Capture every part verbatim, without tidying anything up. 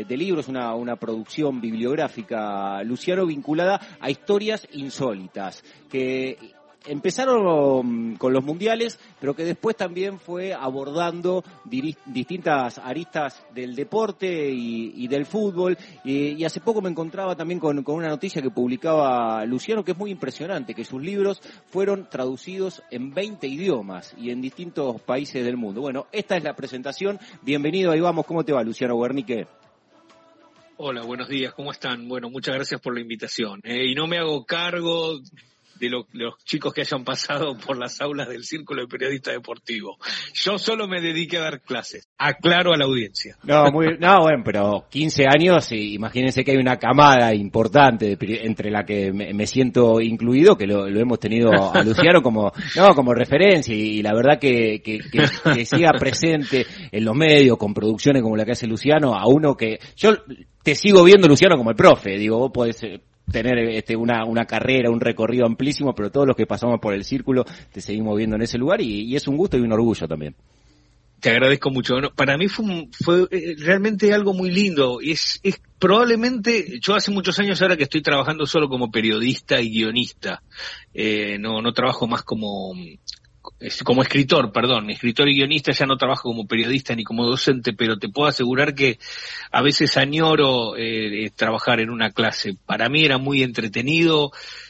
de, de libros, una, una producción bibliográfica, Luciano, vinculada a historias insólitas, que empezaron con los mundiales, pero que después también fue abordando diri- distintas aristas del deporte y, y del fútbol. Y, y hace poco me encontraba también con, con una noticia que publicaba Luciano, que es muy impresionante, que sus libros fueron traducidos en veinte idiomas y en distintos países del mundo. Bueno, esta es la presentación. Bienvenido, ahí vamos. ¿Cómo te va, Luciano Guernique? Hola, buenos días, ¿cómo están? Bueno, muchas gracias por la invitación. Eh, y no me hago cargo de, lo, de los chicos que hayan pasado por las aulas del Círculo de Periodistas Deportivos. Yo solo me dediqué a dar clases. Aclaro a la audiencia. No, muy, no, bueno, pero quince años, y imagínense que hay una camada importante de, entre la que me, me siento incluido, que lo, lo hemos tenido a Luciano como, no, como referencia, y, y la verdad que, que, que, que siga presente en los medios con producciones como la que hace Luciano, a uno que, yo te sigo viendo, Luciano, como el profe, digo, vos podés tener este, una, una carrera, un recorrido amplísimo, pero todos los que pasamos por el círculo te seguimos viendo en ese lugar, y, y es un gusto y un orgullo también. Te agradezco mucho. Bueno, para mí fue, un, fue realmente algo muy lindo. Es, es probablemente, yo hace muchos años ahora que estoy trabajando solo como periodista y guionista. Eh, no, no trabajo más como, como escritor, perdón. Escritor y guionista, ya no trabajo como periodista ni como docente, pero te puedo asegurar que a veces añoro eh, trabajar en una clase. Para mí era muy entretenido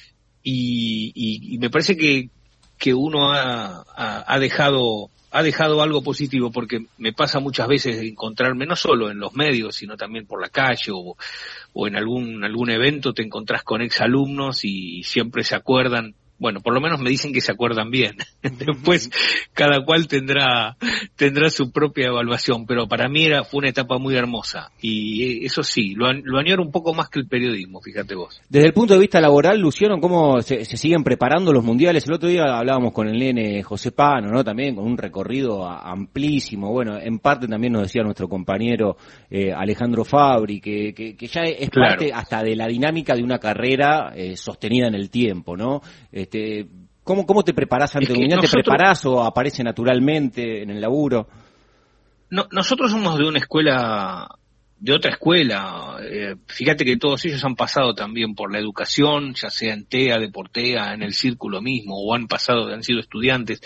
y, y, y me parece que, que uno ha, ha, ha dejado... ha dejado algo positivo, porque me pasa muchas veces de encontrarme no solo en los medios, sino también por la calle o, o en algún algún evento te encontrás con exalumnos y siempre se acuerdan, bueno, por lo menos me dicen que se acuerdan bien. Después cada cual tendrá tendrá su propia evaluación, pero para mí era fue una etapa muy hermosa y eso sí, lo, lo añoro un poco más que el periodismo, fíjate vos. Desde el punto de vista laboral, Luciano, ¿cómo se, se siguen preparando los mundiales? El otro día hablábamos con el nene José Pano, ¿no? También con un recorrido amplísimo. Bueno, en parte también nos decía nuestro compañero eh, Alejandro Fabri, que, que, que ya es claro. parte hasta de la dinámica de una carrera eh, sostenida en el tiempo, ¿no? Este, ¿cómo, ¿Cómo te preparás ante el mundial? Nosotros... ¿Te preparás o aparece naturalmente en el laburo? No, nosotros somos de una escuela, de otra escuela. Eh, fíjate que todos ellos han pasado también por la educación, ya sea en TEA, Deportea, en el círculo mismo, o han pasado, han sido estudiantes.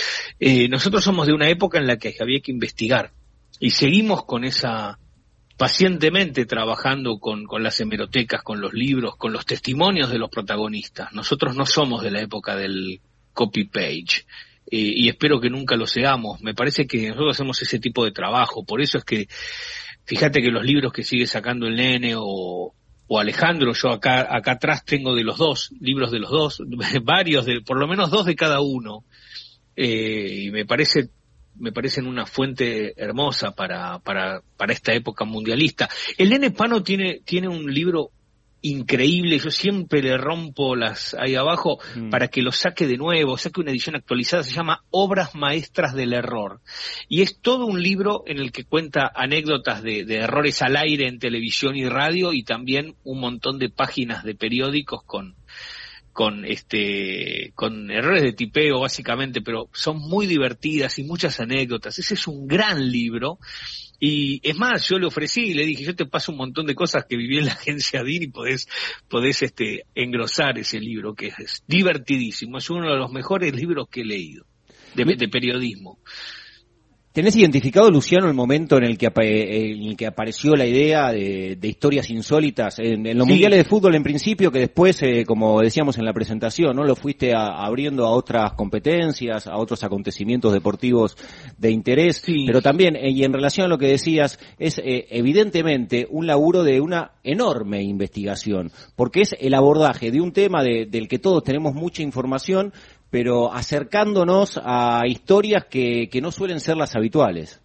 Eh, nosotros somos de una época en la que había que investigar y seguimos con esa, pacientemente trabajando con, con las hemerotecas, con los libros, con los testimonios de los protagonistas. Nosotros no somos de la época del copy-page. Eh, y espero que nunca lo seamos. Me parece que nosotros hacemos ese tipo de trabajo, por eso es que, fíjate que los libros que sigue sacando el nene o, o Alejandro, yo acá, acá atrás tengo de los dos, libros de los dos, varios, de, por lo menos dos de cada uno, eh, y me parece, me parecen una fuente hermosa para, para, para esta época mundialista. El nene Pano tiene, tiene un libro increíble, yo siempre le rompo las ahí abajo mm. para que lo saque de nuevo, saque una edición actualizada, se llama Obras Maestras del Error, y es todo un libro en el que cuenta anécdotas de, de errores al aire en televisión y radio, y también un montón de páginas de periódicos con con este con errores de tipeo básicamente, pero son muy divertidas y muchas anécdotas. Ese es un gran libro. Y es más, yo le ofrecí y le dije, yo te paso un montón de cosas que viví en la agencia D I N y podés, podés este, engrosar ese libro, que es divertidísimo. Es uno de los mejores libros que he leído, de, de periodismo. ¿Tenés identificado, Luciano, el momento en el que, en el que apareció la idea de, de historias insólitas en, en los sí. mundiales de fútbol en principio, que después, eh, como decíamos en la presentación, no lo fuiste a, abriendo a otras competencias, a otros acontecimientos deportivos de interés, sí. pero también, eh, y en relación a lo que decías, es eh, evidentemente un laburo de una enorme investigación, porque es el abordaje de un tema de, del que todos tenemos mucha información, pero acercándonos a historias que, que no suelen ser las habituales.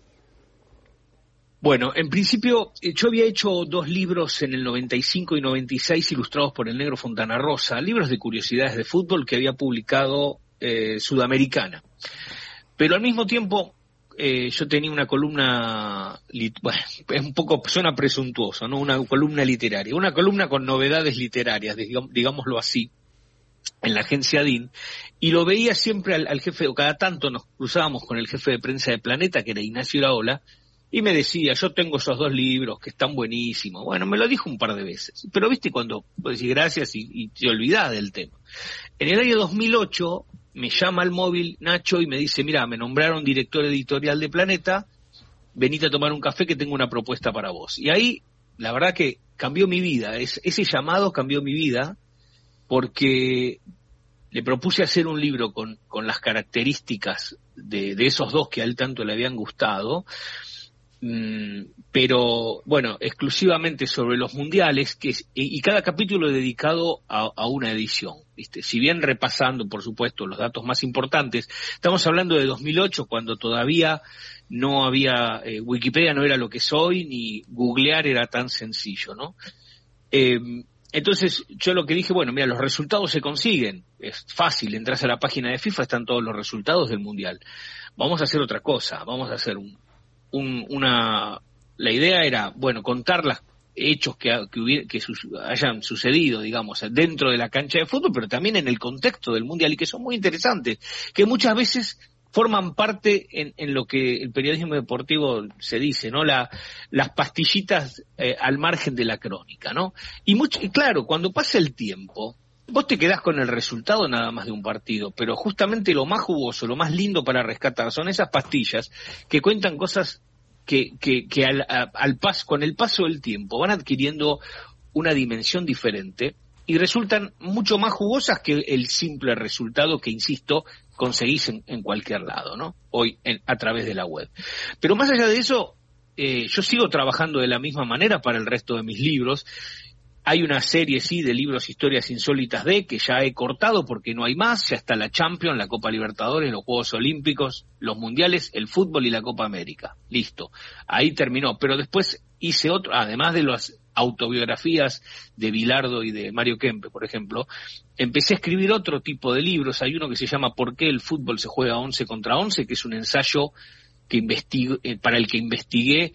Bueno, en principio, yo había hecho dos libros en el noventa y cinco y noventa y seis ilustrados por el negro Fontana Rosa, libros de curiosidades de fútbol que había publicado eh, Sudamericana. Pero al mismo tiempo, eh, yo tenía una columna, bueno, es un poco, suena presuntuoso, ¿no? Una columna literaria, una columna con novedades literarias, digamos, digámoslo así, en la agencia D I N, y lo veía siempre al, al jefe, o cada tanto nos cruzábamos con el jefe de prensa de Planeta, que era Ignacio Iraola, y me decía, yo tengo esos dos libros que están buenísimos. Bueno, me lo dijo un par de veces, pero viste cuando vos decís gracias y, y te olvidás del tema. En el año dos mil ocho me llama al móvil Nacho y me dice, mira, me nombraron director editorial de Planeta, venite a tomar un café que tengo una propuesta para vos. Y ahí, la verdad que cambió mi vida, es, ese llamado cambió mi vida, porque le propuse hacer un libro con, con las características de, de esos dos que a él tanto le habían gustado, mmm, pero bueno, exclusivamente sobre los mundiales, que es, y, y cada capítulo dedicado a, a una edición, ¿viste? Si bien repasando, por supuesto, los datos más importantes, estamos hablando de dos mil ocho, cuando todavía no había, eh, Wikipedia no era lo que es hoy, ni googlear era tan sencillo, ¿no? Eh, Entonces yo lo que dije, bueno, mira, los resultados se consiguen, es fácil, entras a la página de FIFA, están todos los resultados del Mundial. Vamos a hacer otra cosa, vamos a hacer un, un, una... La idea era, bueno, contar los hechos que, que, hubiera, que sus, hayan sucedido, digamos, dentro de la cancha de fútbol, pero también en el contexto del Mundial, y que son muy interesantes, que muchas veces forman parte en, en lo que el periodismo deportivo se dice, ¿no? La, las pastillitas eh, al margen de la crónica, ¿no? Y, mucho, y claro, cuando pasa el tiempo, vos te quedás con el resultado nada más de un partido, pero justamente lo más jugoso, lo más lindo para rescatar son esas pastillas que cuentan cosas que, que, que al, a, al paso, con el paso del tiempo van adquiriendo una dimensión diferente y resultan mucho más jugosas que el simple resultado que, insisto, conseguís en, en cualquier lado, ¿no? Hoy en, a través de la web. Pero más allá de eso, eh, yo sigo trabajando de la misma manera para el resto de mis libros. Hay una serie, sí, de libros Historias Insólitas de, que ya he cortado porque no hay más, ya está la Champions, la Copa Libertadores, los Juegos Olímpicos, los Mundiales, el fútbol y la Copa América. Listo. Ahí terminó. Pero después hice otro, además de las autobiografías de Bilardo y de Mario Kempe, por ejemplo, empecé a escribir otro tipo de libros. Hay uno que se llama ¿Por qué el fútbol se juega once contra once?, que es un ensayo que investigué, eh, para el que investigué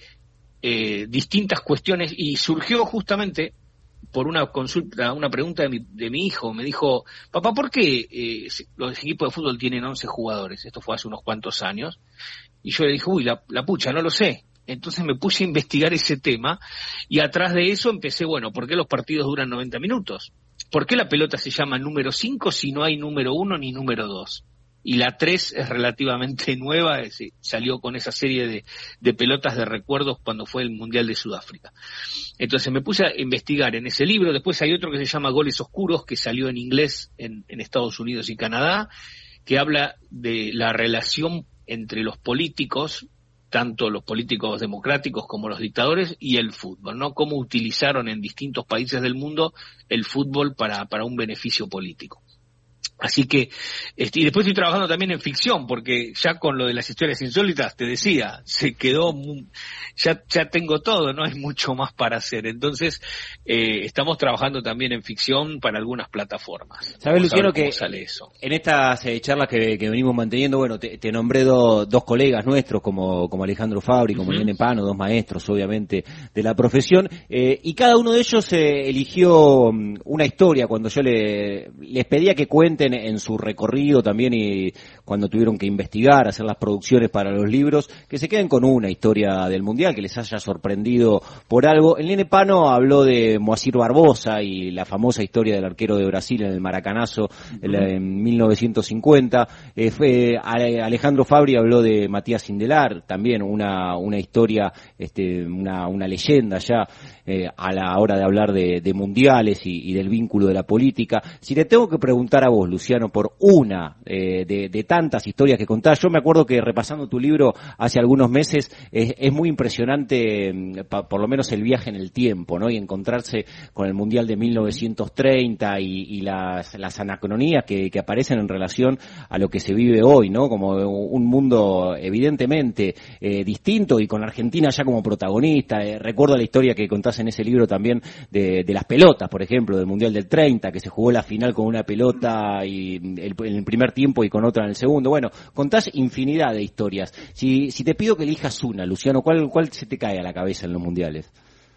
eh, distintas cuestiones, y surgió justamente por una consulta, una pregunta de mi, de mi hijo. Me dijo, papá, ¿por qué eh, los equipos de fútbol tienen once jugadores? Esto fue hace unos cuantos años. Y yo le dije, uy, la, la pucha, no lo sé. Entonces me puse a investigar ese tema, y atrás de eso empecé, bueno, ¿por qué los partidos duran noventa minutos? ¿Por qué la pelota se llama número cinco si no hay número uno ni número dos? Y la tres es relativamente nueva, es, salió con esa serie de, de pelotas de recuerdos cuando fue el Mundial de Sudáfrica. Entonces me puse a investigar en ese libro. Después hay otro que se llama Goles Oscuros, que salió en inglés en, en Estados Unidos y Canadá, que habla de la relación entre los políticos, tanto los políticos democráticos como los dictadores, y el fútbol, ¿no? Cómo utilizaron en distintos países del mundo el fútbol para, para un beneficio político. Así que, este, y después estoy trabajando también en ficción, porque ya con lo de las historias insólitas, te decía, se quedó, muy, ya, ya tengo todo, no hay mucho más para hacer. Entonces, eh, estamos trabajando también en ficción para algunas plataformas. ¿Sabes, Luciano, que en estas eh, charlas que, que venimos manteniendo, bueno, te, te nombré do, dos colegas nuestros, como, como Alejandro Fabri, como uh-huh. Nene Pano, dos maestros, obviamente, de la profesión, eh, y cada uno de ellos eh, eligió um, una historia cuando yo le, les pedía que cuenten en su recorrido también, y cuando tuvieron que investigar, hacer las producciones para los libros, que se queden con una historia del Mundial que les haya sorprendido por algo. El Nene Pano habló de Moacir Barbosa y la famosa historia del arquero de Brasil en el Maracanazo uh-huh. en mil novecientos cincuenta. Eh, fue, Alejandro Fabri habló de Matías Sindelar, también una una historia, este, una una leyenda ya eh, a la hora de hablar de, de mundiales y, y del vínculo de la política. Si te tengo que preguntar a vos, Luciano, por una eh, de, de tantas historias que contás, yo me acuerdo que repasando tu libro hace algunos meses, es, es muy impresionante, pa, por lo menos el viaje en el tiempo, ¿no? Y encontrarse con el Mundial de mil novecientos treinta y, y las, las anacronías que, que aparecen en relación a lo que se vive hoy, ¿no? Como un mundo evidentemente eh, distinto, y con Argentina ya como protagonista. Eh, recuerdo la historia que contás en ese libro también de, de las pelotas, por ejemplo, del Mundial del treinta, que se jugó la final con una pelota y el, en el primer tiempo y con otra en el segundo. Bueno, contás infinidad de historias. Si, si te pido que elijas una, Luciano, ¿cuál, cuál se te cae a la cabeza en los mundiales?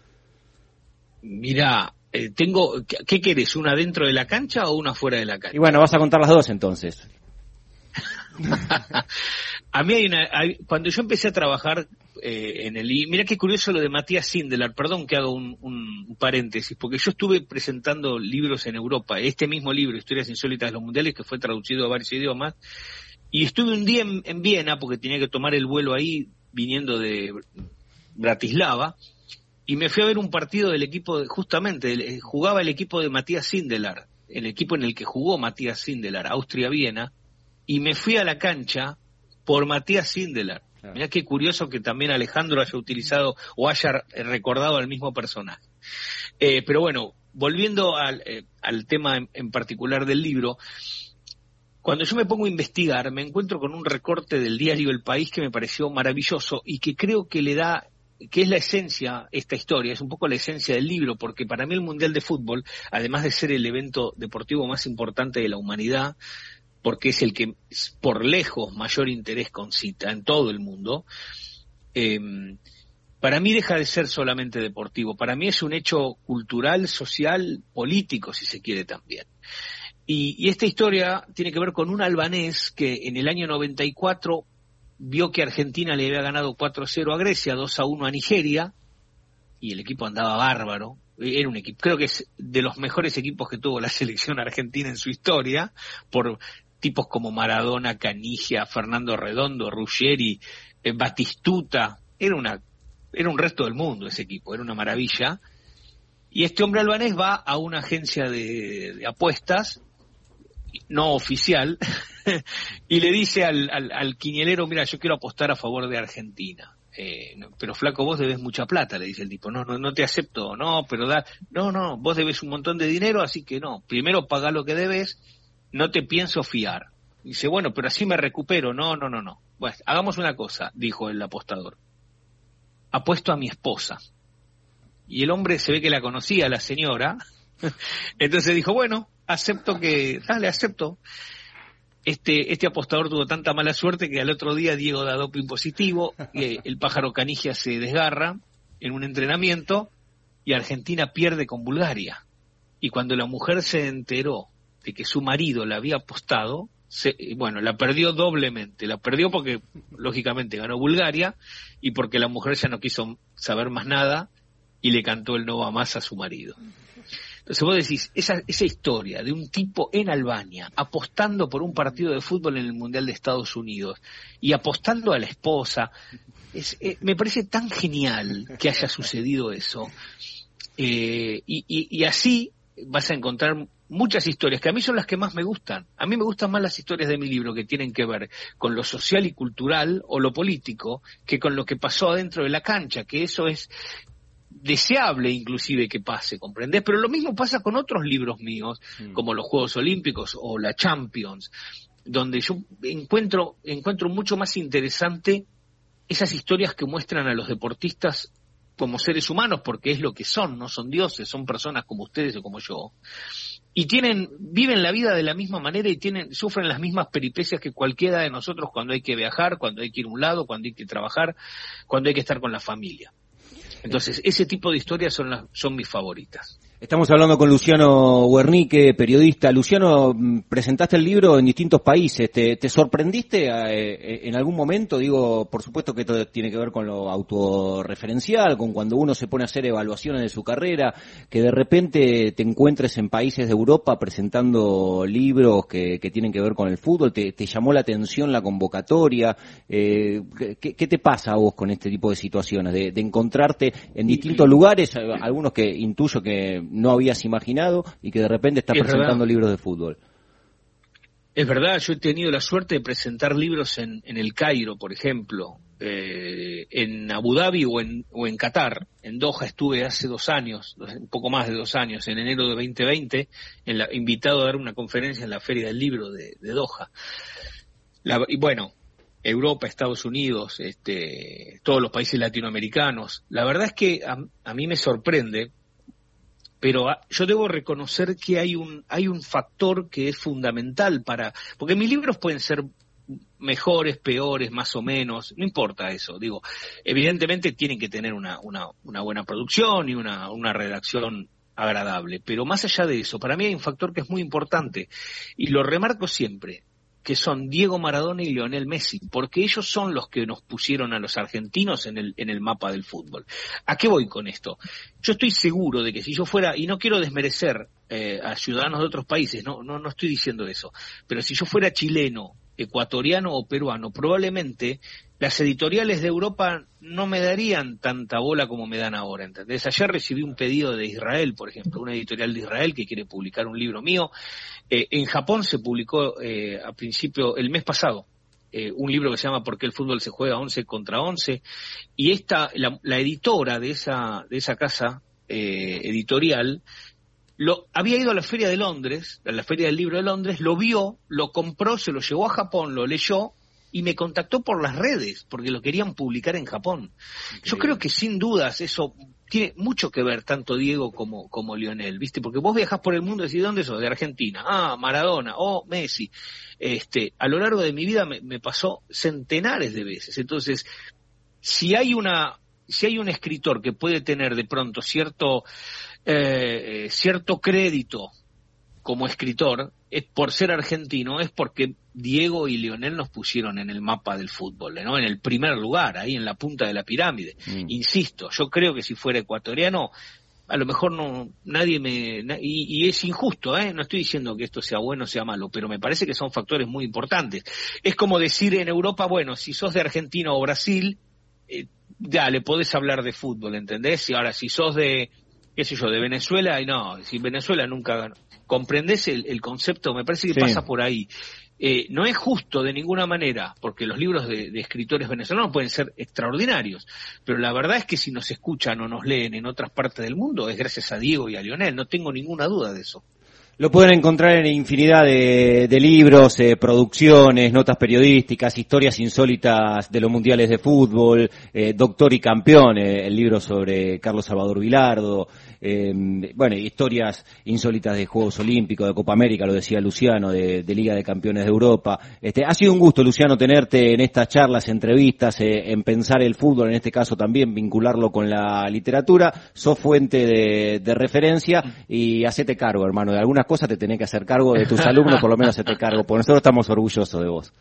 Mirá, eh, tengo, ¿qué, ¿qué querés? ¿Una dentro de la cancha o una fuera de la cancha? Y bueno, vas a contar las dos entonces. A mí hay una, hay, cuando yo empecé a trabajar eh, en el y mira qué curioso lo de Matías Sindelar, perdón que hago un, un, un paréntesis, porque yo estuve presentando libros en Europa, este mismo libro, Historias Insólitas de los Mundiales, que fue traducido a varios idiomas, y estuve un día en, en Viena, porque tenía que tomar el vuelo ahí, viniendo de Bratislava, y me fui a ver un partido del equipo, de, justamente, el, jugaba el equipo de Matías Sindelar, el equipo en el que jugó Matías Sindelar, Austria-Viena, y me fui a la cancha por Matías Sindelar. Claro. Mirá qué curioso que también Alejandro haya utilizado o haya recordado al mismo personaje. Eh, pero bueno, volviendo al, eh, al tema en, en particular del libro, cuando yo me pongo a investigar, me encuentro con un recorte del diario El País que me pareció maravilloso y que creo que le da, que es la esencia, esta historia, es un poco la esencia del libro, porque para mí el Mundial de Fútbol, además de ser el evento deportivo más importante de la humanidad, porque es el que por lejos mayor interés concita en todo el mundo, eh, para mí deja de ser solamente deportivo, para mí es un hecho cultural, social, político, si se quiere también. Y, y esta historia tiene que ver con un albanés que en el año noventa y cuatro vio que Argentina le había ganado cuatro a cero a Grecia, dos a uno a Nigeria, y el equipo andaba bárbaro. Era un equipo, creo que es de los mejores equipos que tuvo la selección argentina en su historia, por tipos como Maradona, Canigia, Fernando Redondo, Ruggeri, eh, Batistuta. Era una, era un resto del mundo ese equipo, era una maravilla. Y este hombre albanés va a una agencia de, de apuestas, no oficial, y le dice al, al, al quinielero, mira, yo quiero apostar a favor de Argentina. Eh, no, pero flaco, vos debes mucha plata, le dice el tipo. No, no, no te acepto, no, pero da, no, no, vos debes un montón de dinero, así que no. Primero pagá lo que debes, no te pienso fiar. Dice, bueno, pero así me recupero. No, no, no, no. Bueno, hagamos una cosa, dijo el apostador. Apuesto a mi esposa. Y el hombre se ve que la conocía, la señora. Entonces dijo, bueno, acepto que, dale, acepto. Este, este apostador tuvo tanta mala suerte que al otro día Diego da doping positivo, eh, el pájaro Canigia se desgarra en un entrenamiento y Argentina pierde con Bulgaria. Y cuando la mujer se enteró de que su marido la había apostado, se, bueno, la perdió doblemente. La perdió porque, lógicamente, ganó Bulgaria y porque la mujer ya no quiso saber más nada y le cantó el no va más a su marido. Entonces vos decís, esa, esa historia de un tipo en Albania apostando por un partido de fútbol en el Mundial de Estados Unidos y apostando a la esposa, es, eh, me parece tan genial que haya sucedido eso. Eh, y, y, y así vas a encontrar muchas historias que a mí son las que más me gustan. A mí me gustan más las historias de mi libro que tienen que ver con lo social y cultural o lo político que con lo que pasó adentro de la cancha, que eso es deseable inclusive que pase, ¿comprendés? Pero lo mismo pasa con otros libros míos, mm. como los Juegos Olímpicos o la Champions, donde yo encuentro, encuentro mucho más interesante esas historias que muestran a los deportistas como seres humanos, porque es lo que son, no son dioses, son personas como ustedes o como yo, y tienen, viven la vida de la misma manera y tienen, sufren las mismas peripecias que cualquiera de nosotros cuando hay que viajar, cuando hay que ir a un lado, cuando hay que trabajar, cuando hay que estar con la familia. Entonces, ese tipo de historias son las, son mis favoritas. Estamos hablando con Luciano Guernique, periodista. Luciano, presentaste el libro en distintos países. ¿Te, te sorprendiste eh, en algún momento? Digo, por supuesto que esto tiene que ver con lo autorreferencial, con cuando uno se pone a hacer evaluaciones de su carrera, que de repente te encuentres en países de Europa presentando libros que, que tienen que ver con el fútbol. ¿Te, te llamó la atención la convocatoria? Eh, ¿qué, ¿Qué te pasa a vos con este tipo de situaciones? De, de encontrarte en distintos lugares, algunos que intuyo que no habías imaginado y que de repente estás presentando verdad. libros de fútbol. Es verdad, yo he tenido la suerte de presentar libros en, en el Cairo, por ejemplo, eh, en Abu Dhabi o en, o en Qatar. En Doha estuve hace dos años, un poco más de dos años, en enero de veinte veinte, en la, invitado a dar una conferencia en la Feria del Libro de, de Doha. La, y bueno, Europa, Estados Unidos, este, todos los países latinoamericanos. La verdad es que a, a mí me sorprende, pero yo debo reconocer que hay un hay un factor que es fundamental para, porque mis libros pueden ser mejores, peores, más o menos, no importa eso, digo, evidentemente tienen que tener una una una buena producción y una una redacción agradable, pero más allá de eso, para mí hay un factor que es muy importante y lo remarco siempre. que son Diego Maradona y Lionel Messi, porque ellos son los que nos pusieron a los argentinos en el, en el mapa del fútbol. ¿A qué voy con esto? Yo estoy seguro de que si yo fuera, y no quiero desmerecer eh, a ciudadanos de otros países, no, no, no estoy diciendo eso, pero si yo fuera chileno, ecuatoriano o peruano, probablemente las editoriales de Europa no me darían tanta bola como me dan ahora, ¿entendés? Ayer recibí un pedido de Israel, por ejemplo, una editorial de Israel que quiere publicar un libro mío. Eh, en Japón se publicó eh, a principio, el mes pasado, eh, un libro que se llama ¿Por qué el fútbol se juega once contra once? Y esta, la, la editora de esa, de esa casa eh, editorial, Lo, había ido a la Feria de Londres, a la Feria del Libro de Londres, lo vio, lo compró, se lo llevó a Japón, lo leyó y me contactó por las redes porque lo querían publicar en Japón. Increíble. Yo creo que sin dudas eso tiene mucho que ver tanto Diego como, como Lionel, ¿viste? Porque vos viajás por el mundo y decís, ¿dónde sos? De Argentina. Ah, Maradona, oh, Messi. Este, a lo largo de mi vida me, me pasó centenares de veces. Entonces, si hay una, si hay un escritor que puede tener de pronto cierto Eh, cierto crédito como escritor, es por ser argentino, es porque Diego y Lionel nos pusieron en el mapa del fútbol, ¿no? En el primer lugar, ahí en la punta de la pirámide. Mm. Insisto, yo creo que si fuera ecuatoriano, a lo mejor no, nadie me, y, y es injusto, ¿eh? No estoy diciendo que esto sea bueno o sea malo, pero me parece que son factores muy importantes. Es como decir en Europa, bueno, si sos de Argentina o Brasil, eh, dale, podés hablar de fútbol, ¿entendés? Y ahora, si sos de, qué sé yo, de Venezuela, y no, si Venezuela nunca ganó. ¿Comprendés el, el concepto? Me parece que sí. Pasa por ahí. Eh, no es justo de ninguna manera, porque los libros de, de escritores venezolanos pueden ser extraordinarios, pero la verdad es que si nos escuchan o nos leen en otras partes del mundo es gracias a Diego y a Lionel, no tengo ninguna duda de eso. Lo pueden encontrar en infinidad de, de libros, eh, producciones, notas periodísticas, historias insólitas de los mundiales de fútbol, eh, Doctor y Campeón, eh, el libro sobre Carlos Salvador Vilardo, eh, bueno, historias insólitas de Juegos Olímpicos, de Copa América, lo decía Luciano, de, de Liga de Campeones de Europa. Este, ha sido un gusto, Luciano, tenerte en estas charlas, entrevistas, eh, en pensar el fútbol, en este caso también vincularlo con la literatura. Sos fuente de, de referencia y hacete cargo, hermano, de algunas cosas te tenés que hacer cargo, de tus alumnos por lo menos hacete cargo, porque nosotros estamos orgullosos de vos.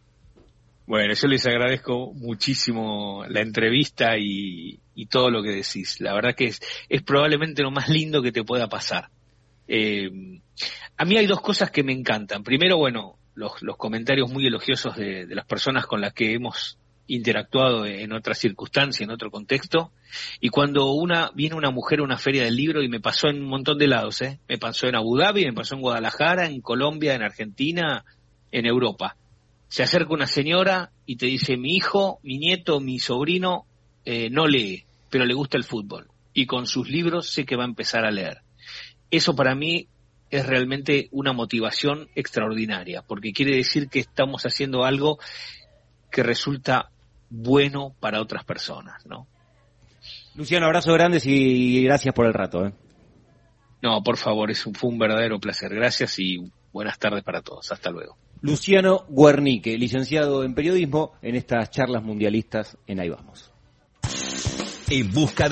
Bueno, yo les agradezco muchísimo la entrevista y, y todo lo que decís. La verdad que es, es probablemente lo más lindo que te pueda pasar. Eh, a mí hay dos cosas que me encantan. Primero, bueno, los, los comentarios muy elogiosos de, de las personas con las que hemos interactuado en otra circunstancia, en otro contexto, y cuando una viene una mujer a una feria del libro, y me pasó en un montón de lados, ¿eh? Me pasó en Abu Dhabi, me pasó en Guadalajara, en Colombia, en Argentina, en Europa. Se acerca una señora y te dice, mi hijo, mi nieto, mi sobrino eh, no lee, pero le gusta el fútbol, y con sus libros sé que va a empezar a leer. Eso para mí es realmente una motivación extraordinaria, porque quiere decir que estamos haciendo algo que resulta bueno para otras personas, ¿no? Luciano, abrazo grandes y gracias por el rato, ¿eh? No, por favor, es un, fue un verdadero placer. Gracias y buenas tardes para todos. Hasta luego. Luciano Guernique, licenciado en periodismo, en estas charlas mundialistas en Ahí Vamos. En busca de